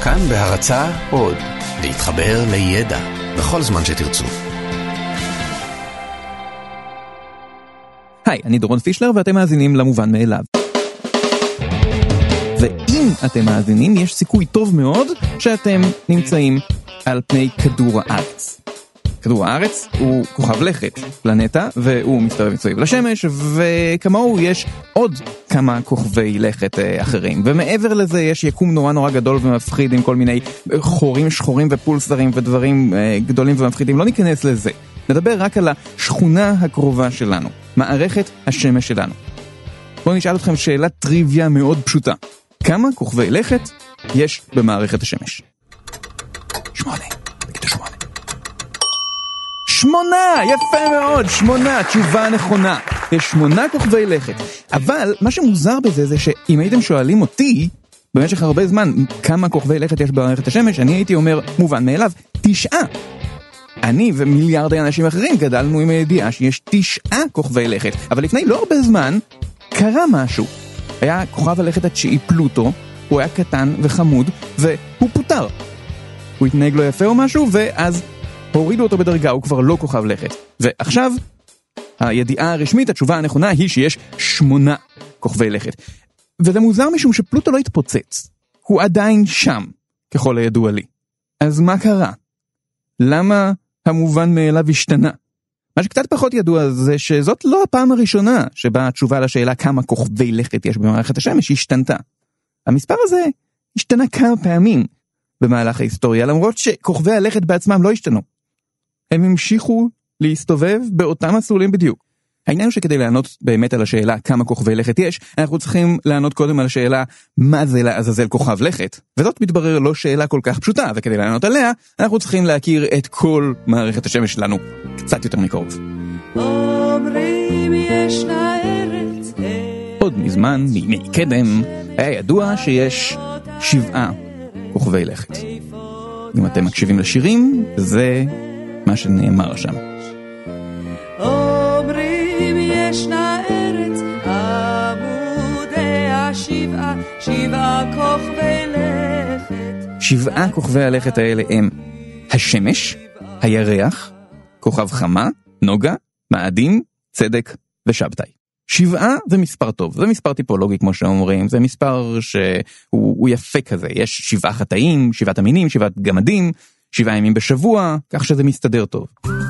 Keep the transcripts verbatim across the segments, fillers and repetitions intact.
כאן בהרצאה עוד, להתחבר לידע בכל זמן שתרצו. היי, אני דורון פישלר ואתם מאזינים למובן מאליו. ואם אתם מאזינים, יש סיכוי טוב מאוד שאתם נמצאים על פני כדור הארץ. כדור הארץ הוא כוכב לכת, פלנטה, והוא מסתובב מסביב לשמש, וכמוהו יש עוד כמה כוכבי לכת אחרים. ומעבר לזה יש יקום נורא נורא גדול ומפחיד עם כל מיני חורים שחורים ופולסרים ודברים גדולים ומפחידים. לא ניכנס לזה. נדבר רק על השכונה הקרובה שלנו, מערכת השמש שלנו. בואו נשאל אתכם שאלה טריוויה מאוד פשוטה. כמה כוכבי לכת יש במערכת השמש? שמונה. תגידו שמונה. שמונה! יפה מאוד! שמונה! תשובה נכונה. יש שמונה כוכבי לכת. אבל מה שמוזר בזה זה שאם הייתם שואלים אותי במשך הרבה זמן כמה כוכבי לכת יש במערכת השמש, אני הייתי אומר מובן מאליו, תשעה. אני ומיליארדי אנשים אחרים גדלנו עם הידיעה שיש תשעה כוכבי לכת. אבל לפני לא הרבה זמן קרה משהו. היה כוכב הלכת התשיעי פלוטו, הוא היה קטן וחמוד, והוא פוטר. הוא התנהג לו יפה או משהו, ואז הורידו אותו בדרגה, הוא כבר לא כוכב לכת. ועכשיו, הידיעה הרשמית, התשובה הנכונה היא שיש שמונה כוכבי לכת. וזה מוזר משום שפלוטו לא התפוצץ. הוא עדיין שם, ככל הידוע לי. אז מה קרה? למה המובן מאליו השתנה? מה שקצת פחות ידוע זה שזאת לא הפעם הראשונה שבה התשובה לשאלה כמה כוכבי לכת יש במערכת השמש השתנתה. המספר הזה השתנה כמה פעמים במהלך ההיסטוריה, למרות שכוכבי הלכת בעצמם לא השתנו. הם המשיכו להסתובב באותם מסלולים בדיוק. העניין הוא שכדי לענות באמת על השאלה כמה כוכבי לכת יש, אנחנו צריכים לענות קודם על השאלה מה זה לעזאזל כוכב לכת. וזאת מתברר לא שאלה כל כך פשוטה, וכדי לענות עליה, אנחנו צריכים להכיר את כל מערכת השמש שלנו קצת יותר מקרוב. אומרים ישנה ארץ. עוד מזמן, מימי קדם, היה ידוע שיש שבעה כוכבי לכת. אם אתם מקשיבים לשירים, זה מה שנאמר שם. אומרים ישנה ארץ, עמודי השבעה, שבעה כוכבי לכת. שבעה כוכבי הלכת האלה הם השמש, הירח, כוכב חמה, נוגה, מאדים, צדק ושבתאי. שבעה זה מספר טוב, זה מספר טיפולוגי כמו שאומרים, זה מספר שהוא יפה כזה, יש שבעה חטאים, שבעת המינים, שבעת גמדים, שבעה ימים בשבוע, כך שזה מסתדר טוב.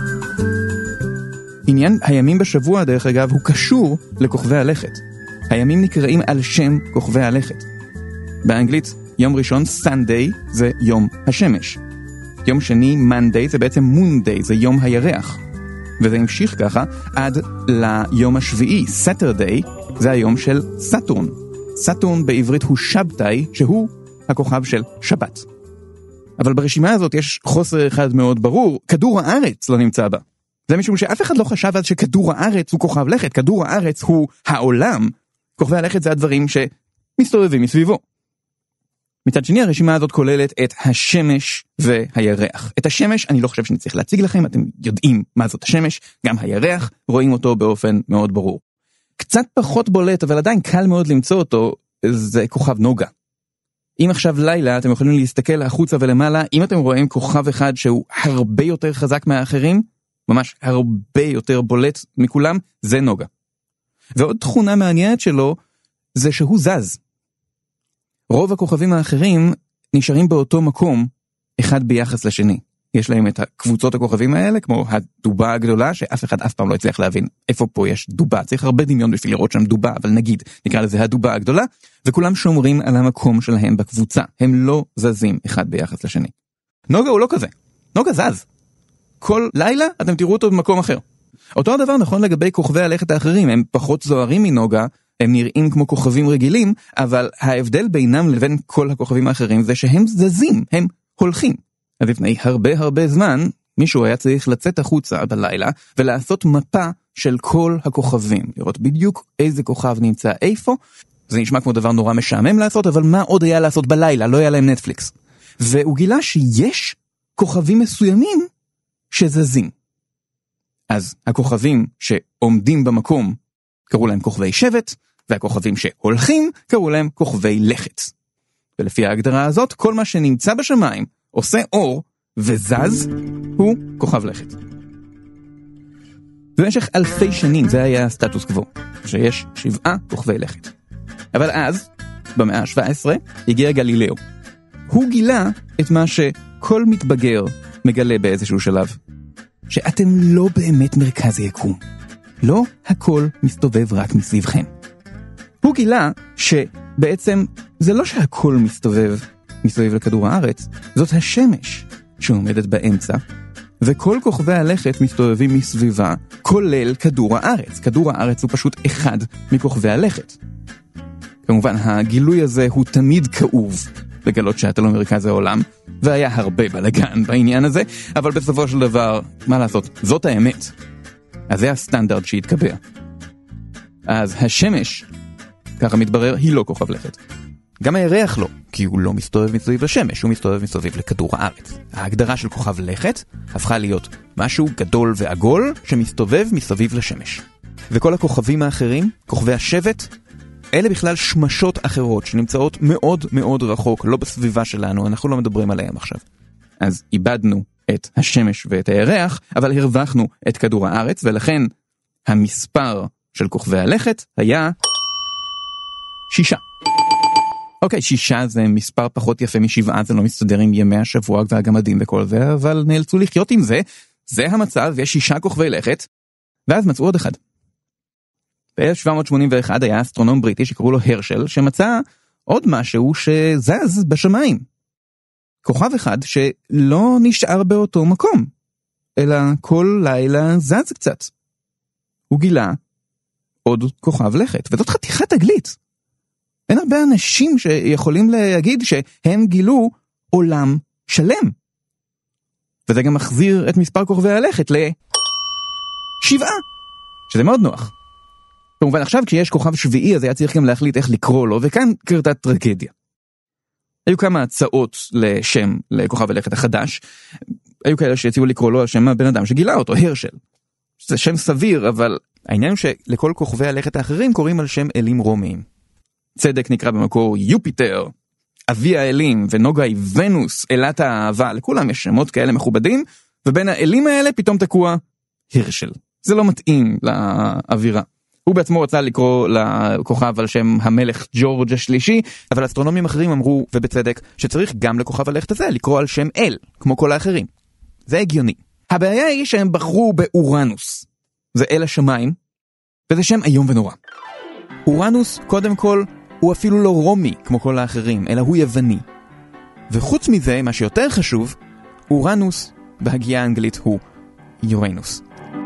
עניין הימים בשבוע דרך אגב הוא קשור לכוכבי הלכת. הימים נקראים על שם כוכבי הלכת. באנגלית יום ראשון Sunday זה יום השמש. יום שני Monday זה בעצם Moonday, זה יום הירח. וזה המשיך ככה עד ליום השביעי, Saturday, זה היום של סאטורן. סאטורן בעברית הוא שבתאי, שהוא הכוכב של שבת. אבל ברשימה הזאת יש חוסר אחד מאוד ברור, כדור הארץ לא נמצא בה. זה משום שאף אחד לא חשב אז שכדור הארץ הוא כוכב לכת, כדור הארץ הוא העולם. כוכבי הלכת זה הדברים שמסתובבים מסביבו. מצד שני, הרשימה הזאת כוללת את השמש והירח. את השמש אני לא חושב שאני צריך להציג לכם, אתם יודעים מה זאת השמש, גם הירח, רואים אותו באופן מאוד ברור. קצת פחות בולט, אבל עדיין קל מאוד למצוא אותו, זה כוכב נוגה. אם עכשיו לילה אתם יכולים להסתכל החוצה ולמעלה, אם אתם רואים כוכב אחד שהוא הרבה יותר חזק מהאחרים, ממש הרבה יותר בולט מכולם, זה נוגה. ועוד תכונה מעניינת שלו, זה שהוא זז. רוב הכוכבים האחרים נשארים באותו מקום, אחד ביחס לשני. יש להם את הקבוצות הכוכבים האלה, כמו הדובה הגדולה, שאף אחד אף פעם לא הצליח להבין איפה פה יש דובה. צריך הרבה דמיון בשביל לראות שם דובה, אבל נגיד, נקרא לזה הדובה הגדולה, וכולם שומרים על המקום שלהם בקבוצה. הם לא זזים אחד ביחס לשני. נוגה הוא לא כזה. נוגה זז. כל לילה אתם תראו אותו במקום אחר. אותו הדבר נכון לגבי כוכבי הלכת האחרים, הם פחות זוהרים מנוגה, הם נראים כמו כוכבים רגילים, אבל ההבדל בינם לבין כל הכוכבים האחרים זה שהם זזים, הם הולכים. אז לפני הרבה הרבה זמן, מישהו היה צריך לצאת החוצה בלילה, ולעשות מפה של כל הכוכבים, לראות בדיוק איזה כוכב נמצא איפה. זה נשמע כמו דבר נורא משעמם לעשות, אבל מה עוד היה לעשות בלילה? לא היה להם נטפליקס. והוא גילה שיש כוכבים מסוימים שזזים. אז הכוכבים שעומדים במקום קראו להם כוכבי שבט, והכוכבים שהולכים קראו להם כוכבי לכת. ולפי ההגדרה הזאת, כל מה שנמצא בשמיים, עושה אור וזז, הוא כוכב לכת. במשך אלפי שנים זה היה הסטטוס קוו, שיש שבעה כוכבי לכת. אבל אז, במאה ה-שבע עשרה, הגיע גלילאו. הוא גילה את מה שכל מתבגר מגלה באיזשהו שלב. שאתם לא באמת מרכז היקום. לא הכל מסתובב רק מסביבכם. הוא גילה שבעצם זה לא שהכל מסתובב מסביב לכדור הארץ, זאת השמש שעומדת באמצע, וכל כוכבי הלכת מסתובבים מסביבה, כולל כדור הארץ. כדור הארץ הוא פשוט אחד מכוכבי הלכת. כמובן, הגילוי הזה הוא תמיד כאוב, לגלות שאתה לא מרכז העולם, והיה הרבה בלגן בעניין הזה, אבל בסופו של דבר, מה לעשות? זאת האמת. אז זה הסטנדרט שהתקבע. אז השמש, ככה מתברר, היא לא כוכב לכת. גם הירח לא, כי הוא לא מסתובב מסביב לשמש, הוא מסתובב מסביב לכדור הארץ. ההגדרה של כוכב לכת הפכה להיות משהו גדול ועגול שמסתובב מסביב לשמש. וכל הכוכבים האחרים, כוכבי השבט, אלה בכלל שמשות אחרות שנמצאות מאוד מאוד רחוק, לא בסביבה שלנו, אנחנו לא מדברים עליהם עכשיו. אז איבדנו את השמש ואת הירח, אבל הרווחנו את כדור הארץ, ולכן המספר של כוכבי הלכת היה שישה. אוקיי, שישה זה מספר פחות יפה משבעה, זה לא מסתדר עם ימי השבוע והגמדים וכל זה, אבל נאלצו לחיות עם זה, זה המצב, יש שישה כוכבי לכת, ואז מצאו עוד אחד. ב-אלף שבע מאות שמונים ואחת היה אסטרונום בריטי שקראו לו הרשל, שמצא עוד משהו שזז בשמיים. כוכב אחד שלא נשאר באותו מקום, אלא כל לילה זז קצת. הוא גילה עוד כוכב לכת, וזאת חתיכת תגלית. אין הרבה אנשים שיכולים להגיד שהם גילו עולם שלם. וזה גם מחזיר את מספר כוכבי הלכת לשבעה, שזה מאוד נוח. כמובן עכשיו כשיש כוכב שביעי אז היה צריך גם להחליט איך לקרוא לו, וכאן קרתה טרגדיה. היו כמה הצעות לשם לכוכב הלכת החדש, היו כאלה שהציעו לקרוא לו על שם הבן אדם שגילה אותו, הרשל. זה שם סביר, אבל העניין הוא שלכל כוכבי הלכת האחרים קוראים על שם אלים רומיים. צדק נקרא במקור יופיטר, אבי האלים, ונוגה היא ונוס, אלת האהבה, לכולם יש שמות כאלה מכובדים, ובין האלים האלה פתאום תקוע הרשל. זה לא מתאים לאווירה. הוא בעצמו רצה לקרוא לכוכב על שם המלך ג'ורג' השלישי, אבל אסטרונומים אחרים אמרו, ובצדק, שצריך גם לכוכב הלכת הזה לקרוא על שם אל, כמו כל האחרים. זה הגיוני. הבעיה היא שהם בחרו באורנוס. זה אל השמיים, וזה שם איום ונורא. אורנוס, קודם כל, הוא אפילו לא רומי, כמו כל האחרים, אלא הוא יווני. וחוץ מזה, מה שיותר חשוב, אורנוס, בהגיעה האנגלית, הוא יורנוס.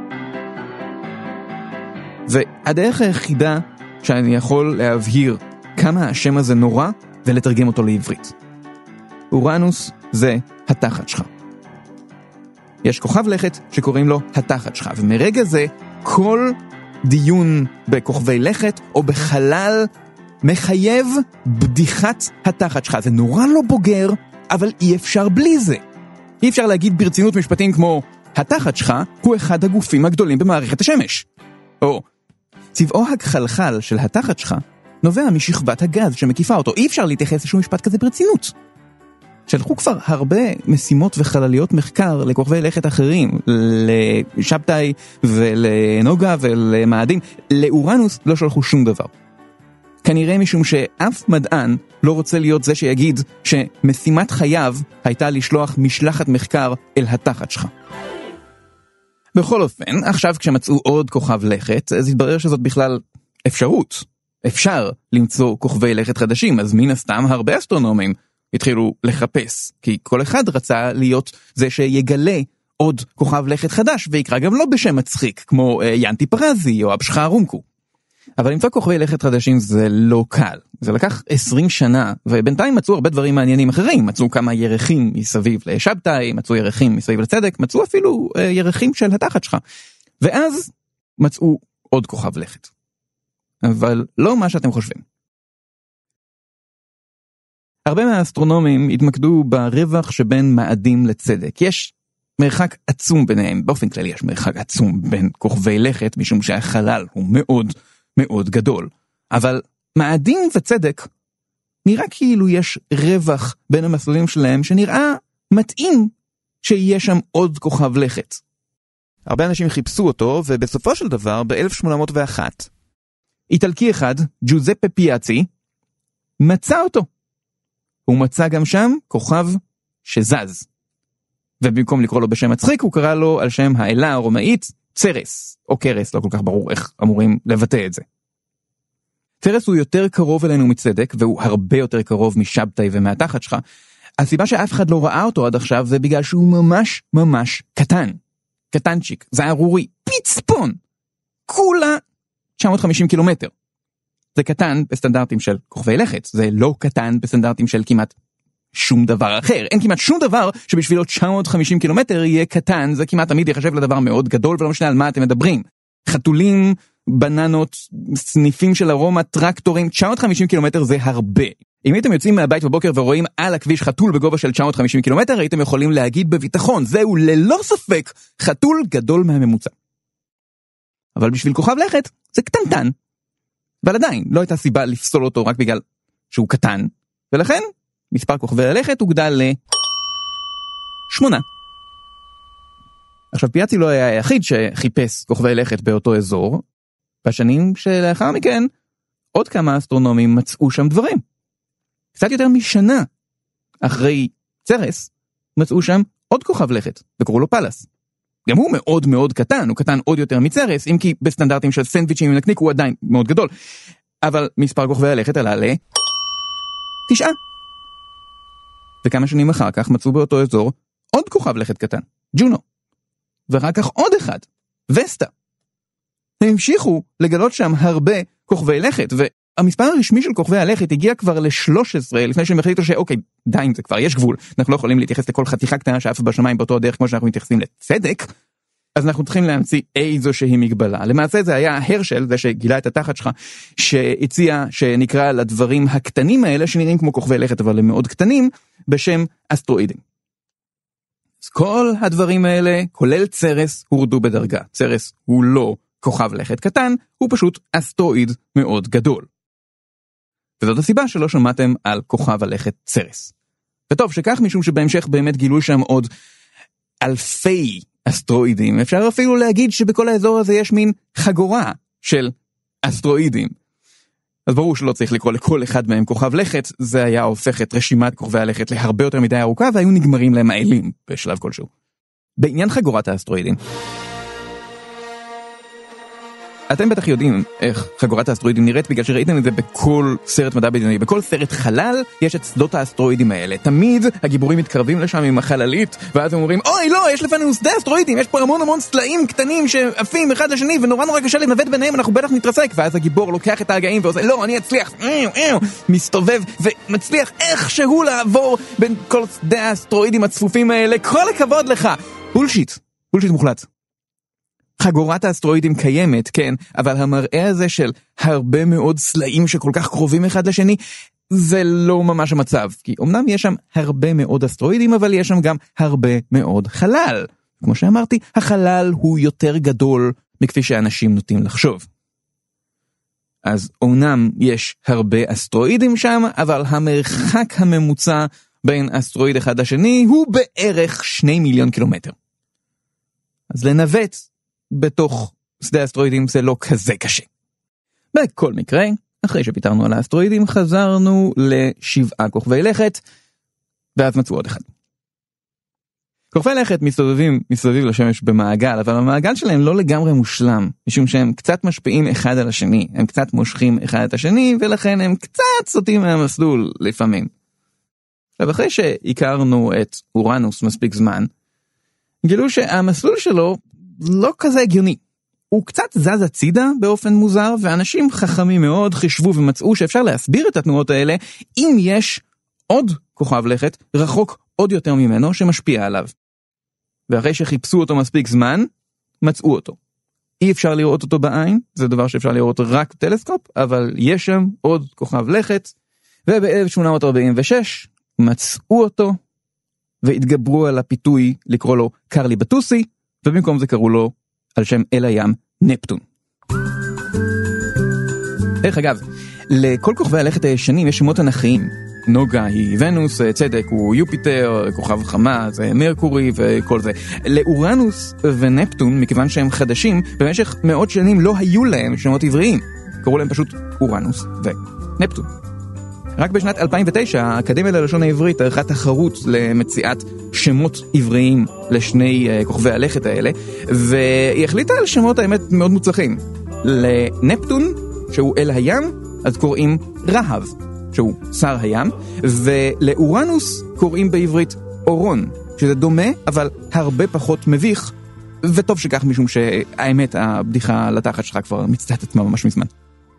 והדרך היחידה שאני יכול להבהיר כמה השם הזה נורא, ולתרגם אותו לעברית. אורנוס זה התחת שלך. יש כוכב לכת שקוראים לו התחת שלך, ומרגע זה כל דיון בכוכבי לכת או בחלל מחייב בדיחת התחת שלך. זה נורא לא בוגר, אבל אי אפשר בלי זה. אי אפשר להגיד ברצינות משפטים כמו התחת שלך הוא אחד הגופים הגדולים במערכת השמש. או צבעו הכחלחל של התחת שלך נובע משכבת הגז שמקיפה אותו. אי אפשר להתייחס לשום משפט כזה ברצינות. שלחו כבר הרבה משימות וחלליות מחקר לכוכבי לכת אחרים, לשבתאי ולנוגה ולמאדים. לאורנוס לא שלחו שום דבר. כנראה משום שאף מדען לא רוצה להיות זה שיגיד שמשימת חייו הייתה לשלוח משלחת מחקר אל התחת שלך. בכל אופן, עכשיו כשמצאו עוד כוכב לכת, אז התברר שזאת בכלל אפשרות. אפשר למצוא כוכבי לכת חדשים, אז מן הסתם הרבה אסטרונומים התחילו לחפש, כי כל אחד רצה להיות זה שיגלה עוד כוכב לכת חדש, ויקרא גם לא בשם מצחיק, כמו אה, ינטי פרזי או אבשחה הרומקו. אבל למצוא כוכבי לכת חדשים זה לא קל. זה לקח עשרים שנה, ובינתיים מצאו הרבה דברים מעניינים אחרים. מצאו כמה ירחים מסביב לשבתאי, מצאו ירחים מסביב לצדק, מצאו אפילו אה, ירחים של התחת שלך. ואז מצאו עוד כוכב לכת. אבל לא מה שאתם חושבים. הרבה מהאסטרונומים התמקדו ברווח שבין מאדים לצדק. יש מרחק עצום ביניהם, באופן כללי יש מרחק עצום בין כוכבי לכת, משום שהחלל הוא מאוד מאוד גדול. אבל מאדים וצדק נראה כאילו יש רווח בין המסלולים שלהם שנראה מתאים שיהיה שם עוד כוכב לכת. הרבה אנשים חיפשו אותו, ובסופו של דבר, ב-אלף שמונה מאות ואחת, איטלקי אחד, ג'וזפה פיאצי, מצא אותו. הוא מצא גם שם כוכב שזז. ובמקום לקרוא לו בשם מצחיק, הוא קרא לו על שם האלה הרומאית, צרס, או קרס, לא כל כך ברור איך אמורים לבטא את זה. צרס הוא יותר קרוב אלינו מצדק, והוא הרבה יותר קרוב משבתאי ומהתחת שלך. הסיבה שאף אחד לא ראה אותו עד עכשיו, זה בגלל שהוא ממש ממש קטן. קטנצ'יק, זערורי, פיצפון. כולה תשע מאות וחמישים קילומטר. זה קטן בסטנדרטים של כוכבי לכת, זה לא קטן בסטנדרטים של כמעט שום דבר אחר. אין כמעט שום דבר שבשבילו תשע מאות וחמישים קילומטר יהיה קטן, זה כמעט תמיד יחשב לדבר מאוד גדול, ולא משנה על מה אתם מדברים. חתולים, בננות, סניפים של ארומה, טרקטורים, תשע מאות וחמישים קילומטר זה הרבה. אם הייתם יוצאים מהבית בבוקר ורואים על הכביש חתול בגובה של תשע מאות וחמישים קילומטר, הייתם יכולים להגיד בביטחון, זהו ללא ספק חתול גדול מהממוצע. אבל בשביל כוכב לכת זה קטנטן. אבל עדיין, לא הייתה סיבה לפסול אותו רק בגלל שהוא קטן, ולכן מספר כוכבי הלכת הוגדל לשמונה. עכשיו פיאצי לא היה היחיד שחיפש כוכבי לכת באותו אזור. בשנים שלאחר מכן, עוד כמה אסטרונומים מצאו שם דברים. קצת יותר משנה אחרי צרס, מצאו שם עוד כוכב לכת, וקראו לו פלס. גם הוא מאוד מאוד קטן, הוא קטן עוד יותר מצרס, אם כי בסטנדרטים של סנדוויצ'ים עם נקניק הוא עדיין מאוד גדול. אבל מספר כוכבי הלכת עלה לתשעה. וכמה שנים אחר כך מצאו באותו אזור עוד כוכב לכת קטן, ג'ונו. ואחר כך עוד אחד, וסטה. הם המשיכו לגלות שם הרבה כוכבי לכת, והמספר הרשמי של כוכבי הלכת הגיע כבר ל-שלוש עשרה, לפני שהם החליטו שאוקיי, די עם זה כבר, יש גבול. אנחנו לא יכולים להתייחס לכל חתיכה קטנה שאף בשמיים באותו הדרך כמו שאנחנו מתייחסים לצדק, אז אנחנו צריכים להמציא איזושהי מגבלה. למעשה זה היה הרשל, זה שגילה את התחת שלך, שהציע שנקרא לדברים הקטנים האלה, שנראים כמו כוכבי לכת, אבל הם מאוד קטנים, בשם אסטרואידים. אז כל הדברים האלה, כולל צרס, הורדו בדרגה. צרס הוא לא כוכב לכת קטן, הוא פשוט אסטרואיד מאוד גדול. וזאת הסיבה שלא שמעתם על כוכב הלכת צרס. וטוב שכך, משום שבהמשך באמת גילו שם עוד אלפי אסטרואידים. אפשר אפילו להגיד שבכל האזור הזה יש מין חגורה של אסטרואידים. אז ברור שלא צריך לקרוא לכל אחד מהם כוכב לכת, זה היה הופך את רשימת כוכבי הלכת להרבה יותר מדי ארוכה, והיו נגמרים להם האלים בשלב כלשהו. בעניין חגורת האסטרואידים, אתם בטח יודעים איך חגורת האסטרואידים נראית, בגלל שראיתם את זה בכל סרט מדע בדיוני. בכל סרט חלל יש את שדות האסטרואידים האלה. תמיד הגיבורים מתקרבים לשם עם החללית, ואז הם אומרים, אוי לא, יש לפנינו שדה אסטרואידים, יש פה המון המון סלעים קטנים שעפים אחד לשני, ונורא נורא קשה לנווט ביניהם, אנחנו בטח נתרסק. ואז הגיבור לוקח את ההגאים ועושה, לא, אני אצליח, מסתובב ומצליח איכשהו לעבור בין כל שדה האסטרואידים הצפופים האלה. כל הכבוד לך. בולשיט, בולשיט מוחלט. חגורת האסטרואידים קיימת, כן, אבל המראה הזה של הרבה מאוד סלעים שכל כך קרובים אחד לשני, זה לא ממש המצב. כי אמנם יש שם הרבה מאוד אסטרואידים, אבל יש שם גם הרבה מאוד חלל. כמו שאמרתי, החלל הוא יותר גדול מכפי שאנשים נוטים לחשוב. אז אמנם יש הרבה אסטרואידים שם, אבל המרחק הממוצע בין אסטרואיד אחד לשני הוא בערך שני מיליון קילומטר. אז לנווט בתוך שדה האסטרואידים זה לא כזה קשה. בכל מקרה, אחרי שפיתרנו על האסטרואידים, חזרנו לשבעה כוכבי לכת, ואז מצאו עוד אחד. כוכבי לכת מסתובבים מסביב לשמש במעגל, אבל המעגל שלהם לא לגמרי מושלם, משום שהם קצת משפיעים אחד על השני, הם קצת מושכים אחד את השני, ולכן הם קצת סוטים מהמסלול לפעמים. ואחרי שהכרנו את אורנוס מספיק זמן, גילו שהמסלול שלו לא כזה הגיוני. הוא קצת זז הצידה באופן מוזר, ואנשים חכמים מאוד חישבו ומצאו שאפשר להסביר את התנועות האלה, אם יש עוד כוכב לכת רחוק עוד יותר ממנו שמשפיע עליו. ואחרי שחיפשו אותו מספיק זמן, מצאו אותו. אי אפשר לראות אותו בעין, זה דבר שאפשר לראות רק בטלסקופ, אבל יש שם עוד כוכב לכת, וב-אלף שמונה מאות ארבעים ושש מצאו אותו, והתגברו על הפיתוי לקרוא לו קרלי בטוסי, ובמקום זה קראו לו על שם אל הים נפטון. דרך אגב, לכל כוכבי הלכת הישנים יש שמות תנכיים. נוגה היא ונוס, צדק הוא יופיטר, כוכב חמה זה מרקורי וכל זה. לאורנוס ונפטון, מכיוון שהם חדשים, במשך מאות שנים לא היו להם שמות עבריים. קראו להם פשוט אורנוס ונפטון. רק בשנת אלפיים ותשע האקדמיה ללשון העברית ערכה תחרות למציאת שמות עבריים לשני כוכבי הלכת האלה, והיא החליטה על שמות האמת מאוד מוצלחים. לנפטון, שהוא אל הים, אז קוראים רהב, שהוא שר הים, ולאורנוס קוראים בעברית אורון, שזה דומה אבל הרבה פחות מביך, וטוב שכך משום שהאמת הבדיחה לתחת שלך כבר מצטעת עצמה ממש מזמן.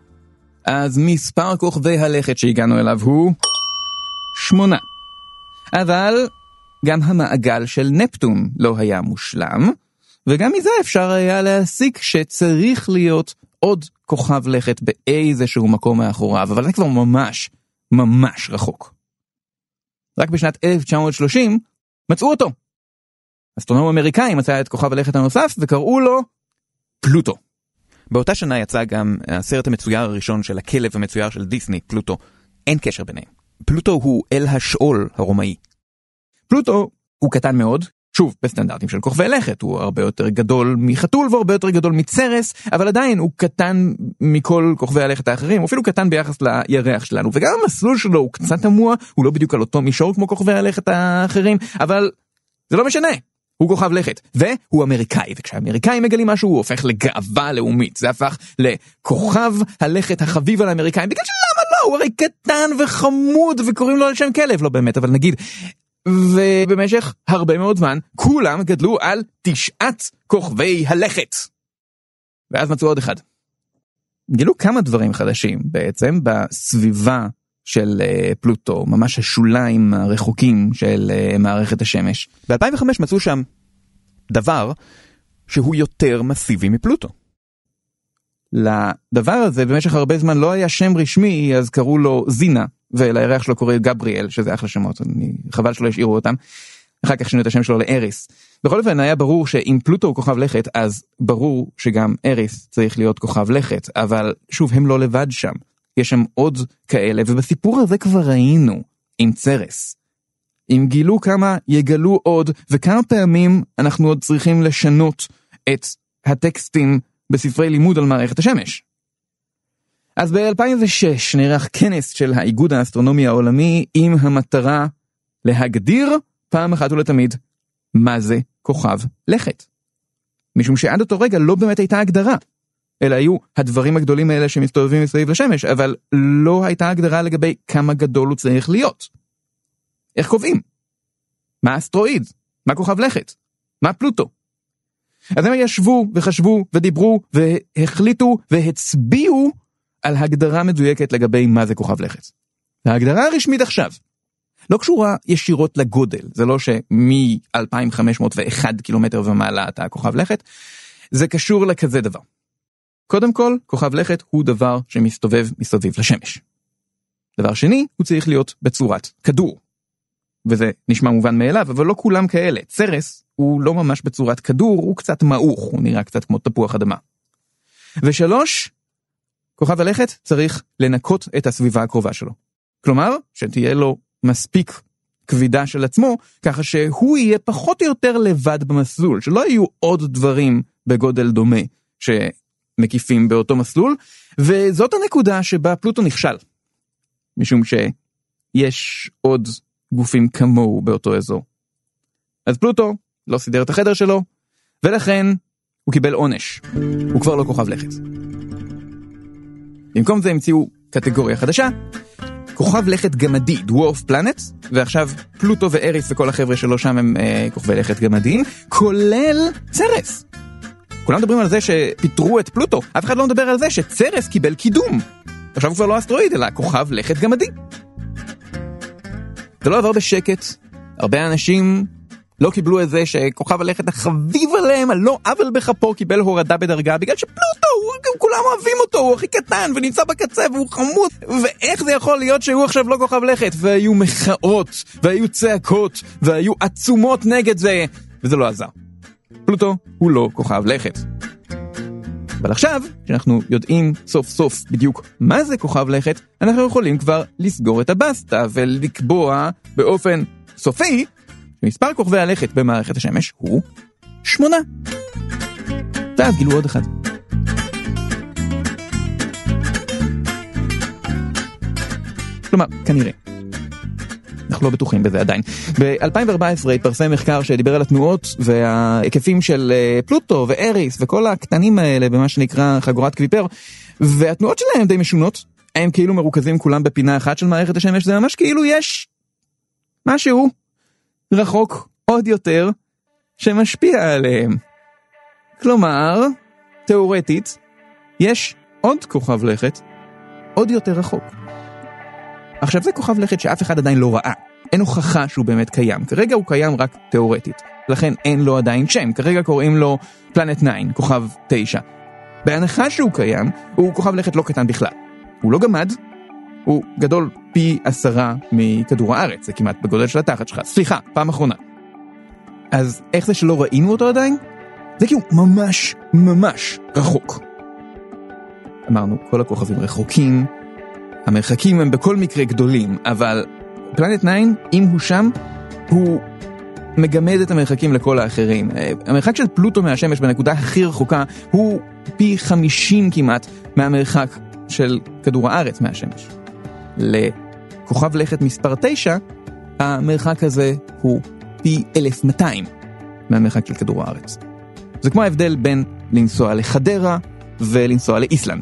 אז מספר כוכבי הלכת שהגענו אליו הוא שמונה. אבל גם המעגל של נפטון לא היה מושלם, וגם מזה אפשר היה להסיק שצריך להיות עוד כוכב לכת באיזשהו מקום מאחוריו, אבל זה כבר ממש, ממש רחוק. רק בשנת אלף תשע מאות שלושים מצאו אותו. אסטרונום אמריקאי מצא את כוכב הלכת הנוסף וקראו לו פלוטו. באותה שנה יצא גם הסרט המצויר הראשון של הכלב המצויר של דיסני, פלוטו. אין קשר ביניהם. פלוטו הוא אל השאול הרומאי. פלוטו הוא קטן מאוד, שוב, בסטנדרטים של כוכבי לכת, הוא הרבה יותר גדול מחתול והרבה יותר גדול מצרס, אבל עדיין הוא קטן מכל כוכבי הלכת האחרים, אפילו קטן ביחס לירח שלנו, וגם המסלול שלו הוא קצת תמוה, הוא לא בדיוק על אותו מישור כמו כוכבי הלכת האחרים, אבל זה לא משנה. הוא כוכב לכת, והוא אמריקאי, וכשהאמריקאים מגלים משהו, הוא הופך לגאווה לאומית. זה הפך לכוכב הלכת החביב על האמריקאים, בגלל שלמה לא, הוא הרי קטן וחמוד, וקוראים לו על שם כלב, לא באמת, אבל נגיד. ובמשך הרבה מאוד זמן, כולם גדלו על תשעת כוכבי הלכת. ואז מצאו עוד אחד. גילו כמה דברים חדשים, בעצם, בסביבה של פלוטו, ממש השוליים הרחוקים של מערכת השמש. ב-אלפיים וחמש מצאו שם דבר שהוא יותר מסיבי מפלוטו. לדבר הזה במשך הרבה זמן לא היה שם רשמי, אז קראו לו זינה, ולירח שלו קורא גבריאל, שזה אחלה שמות, אני חבל שלא השאירו אותם. אחר כך שינו את השם שלו לאריס. בכל אופן היה ברור שאם פלוטו הוא כוכב לכת, אז ברור שגם אריס צריך להיות כוכב לכת, אבל שוב, הם לא לבד שם. יש שם עוד כאלה, ובסיפור הזה כבר ראינו עם צרס. אם גילו כמה, יגלו עוד, וכמה פעמים אנחנו עוד צריכים לשנות את הטקסטים בספרי לימוד על מערכת השמש. אז ב-אלפיים ושש נערך כנס של האיגוד האסטרונומי העולמי עם המטרה להגדיר פעם אחת ולתמיד מה זה כוכב לכת. משום שעד אותו רגע לא באמת הייתה הגדרה. אלא היו הדברים הגדולים האלה שמסתובבים מסביב לשמש, אבל לא הייתה הגדרה לגבי כמה גדול הוא צריך להיות. איך קובעים? מה אסטרואיד? מה כוכב לכת? מה פלוטו? אז הם ישבו וחשבו ודיברו והחליטו והצביעו על הגדרה מדויקת לגבי מה זה כוכב לכת. ההגדרה הרשמית עכשיו לא קשורה ישירות לגודל, זה לא שמ-אלפיים וחמש מאות ואחד קילומטר ומעלה אתה כוכב לכת, זה קשור לכזה דבר. קודם כל, כוכב לכת הוא דבר שמסתובב מסביב לשמש. דבר שני, הוא צריך להיות בצורת כדור. וזה נשמע מובן מאליו, אבל לא כולם כאלה. צרס הוא לא ממש בצורת כדור, הוא קצת מעוך, הוא נראה קצת כמו תפוח אדמה. ושלוש, כוכב הלכת צריך לנקות את הסביבה הקרובה שלו. כלומר, שתהיה לו מספיק כבידה של עצמו, ככה שהוא יהיה פחות או יותר לבד במסלול, שלא יהיו עוד דברים בגודל דומה שמקיפים באותו מסלול, וזאת הנקודה שבה פלוטו נכשל. משום שיש עוד גופים כמוהו באותו אזור. אז פלוטו לא סידר את החדר שלו, ולכן הוא קיבל עונש. הוא כבר לא כוכב לכת. במקום זה המציאו קטגוריה חדשה, כוכב לכת גמדי, דוורף פלנט, ועכשיו פלוטו ואריס וכל החבר'ה שלו שם הם אה, כוכבי לכת גמדיים, כולל צרס. כולם מדברים על זה שפיתרו את פלוטו, אף אחד לא מדבר על זה שצרס קיבל קידום. עכשיו הוא כבר לא אסטרואיד, אלא כוכב לכת גמדי. זה לא עבר בשקט, הרבה אנשים לא קיבלו את זה שכוכב הלכת החביב עליהם, הלא עוול בכפו, קיבל הורדה בדרגה, בגלל שפלוטו, הוא, כולם אוהבים אותו, הוא הכי קטן ונמצא בקצה והוא חמוד, ואיך זה יכול להיות שהוא עכשיו לא כוכב לכת? והיו מחאות, והיו צעקות, והיו עצומות נגד זה, וזה לא עזר. פלוטו הוא לא כוכב לכת. ב אבל עכשיו, כשאנחנו יודעים סוף סוף בדיוק מה זה כוכב לכת, אנחנו יכולים כבר לסגור את הבסטה ולקבוע באופן סופי שמספר כוכבי הלכת במערכת השמש הוא שמונה. ואז גילו עוד אחד. כלומר, כנראה. אנחנו לא בטוחים בזה עדיין. ב-אלפיים וארבע עשרה התפרסם מחקר שדיבר על התנועות וההיקפים של פלוטו ואריס וכל הקטנים האלה במה שנקרא חגורת קוויפר, והתנועות שלהם די משונות. הם כאילו מרוכזים כולם בפינה אחת של מערכת השמש, זה ממש כאילו יש משהו רחוק עוד יותר שמשפיע עליהם. כלומר, תיאורטית, יש עוד כוכב לכת עוד יותר רחוק. עכשיו זה כוכב לכת שאף אחד עדיין לא ראה. אין הוכחה שהוא באמת קיים. כרגע הוא קיים רק תיאורטית. לכן אין לו עדיין שם. כרגע קוראים לו פלנט תשע, כוכב תשע. בהנחה שהוא קיים, הוא כוכב לכת לא קטן בכלל. הוא לא גמד, הוא גדול פי עשרה מכדור הארץ. זה כמעט בגודל של התחת שלך. סליחה, פעם אחרונה. אז איך זה שלא ראינו אותו עדיין? זה כי הוא ממש ממש רחוק. אמרנו, כל הכוכבים רחוקים, המרחקים הם בכל מקרה גדולים, אבל פלנט תשע, אם הוא שם, הוא מגמד את המרחקים לכל האחרים. המרחק של פלוטו מהשמש בנקודה הכי רחוקה הוא פי חמישים כמעט מהמרחק של כדור הארץ מהשמש. לכוכב לכת מספר תשע, המרחק הזה הוא פי אלף ומאתיים מהמרחק של כדור הארץ. זה כמו ההבדל בין לנסוע לחדרה ולנסוע לאיסלנד.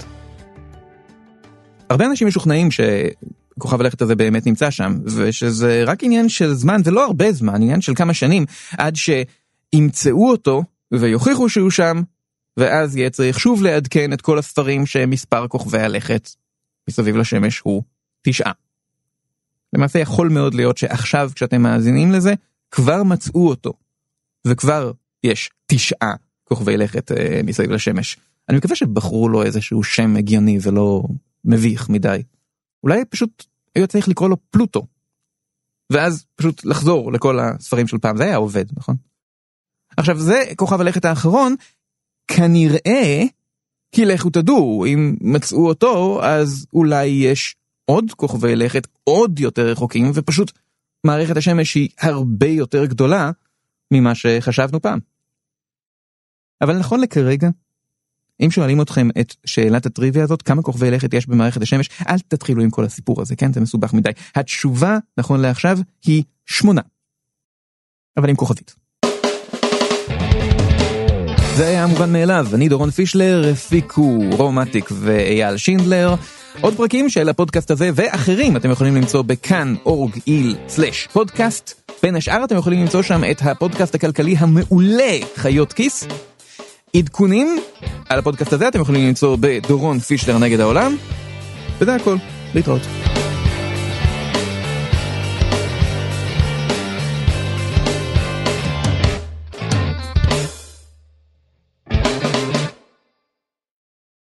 הרבה אנשים משוכנעים שכוכב הלכת הזה באמת נמצא שם, ושזה רק עניין של זמן, ולא הרבה זמן, עניין של כמה שנים, עד שימצאו אותו ויוכיחו שהוא שם, ואז יהיה צריך שוב לעדכן את כל הספרים שמספר כוכבי הלכת מסביב לשמש הוא תשעה. למעשה יכול מאוד להיות שעכשיו כשאתם מאזינים לזה, כבר מצאו אותו, וכבר יש תשעה כוכבי לכת אה, מסביב לשמש. אני מקווה שבחרו לו איזשהו שם הגיוני ולא מביך מדי. אולי פשוט היה צריך לקרוא לו פלוטו, ואז פשוט לחזור לכל הספרים של פעם. זה היה עובד, נכון? עכשיו זה כוכב הלכת האחרון, כנראה, כי לכו תדעו, אם מצאו אותו, אז אולי יש עוד כוכבי לכת עוד יותר רחוקים, ופשוט מערכת השמש היא הרבה יותר גדולה ממה שחשבנו פעם. אבל נכון לכרגע, אם שואלים אתכם את שאלת הטריוויה הזאת, כמה כוכבי לכת יש במערכת השמש, אל תתחילו עם כל הסיפור הזה, כן? זה מסובך מדי. התשובה, נכון לעכשיו, היא שמונה. אבל עם כוכבית. זה היה מובן מאליו. אני דורון פישלר, הפיקו רומטיק ואייל שינדלר. עוד פרקים של הפודקאסט הזה ואחרים אתם יכולים למצוא בכאן אורג איל סלש פודקאסט. בין השאר אתם יכולים למצוא שם את הפודקאסט הכלכלי המעולה חיות כיס. עדכונים על הפודקאסט הזה אתם יכולים למצוא בדורון פישלר נגד העולם. וזה הכל. להתראות.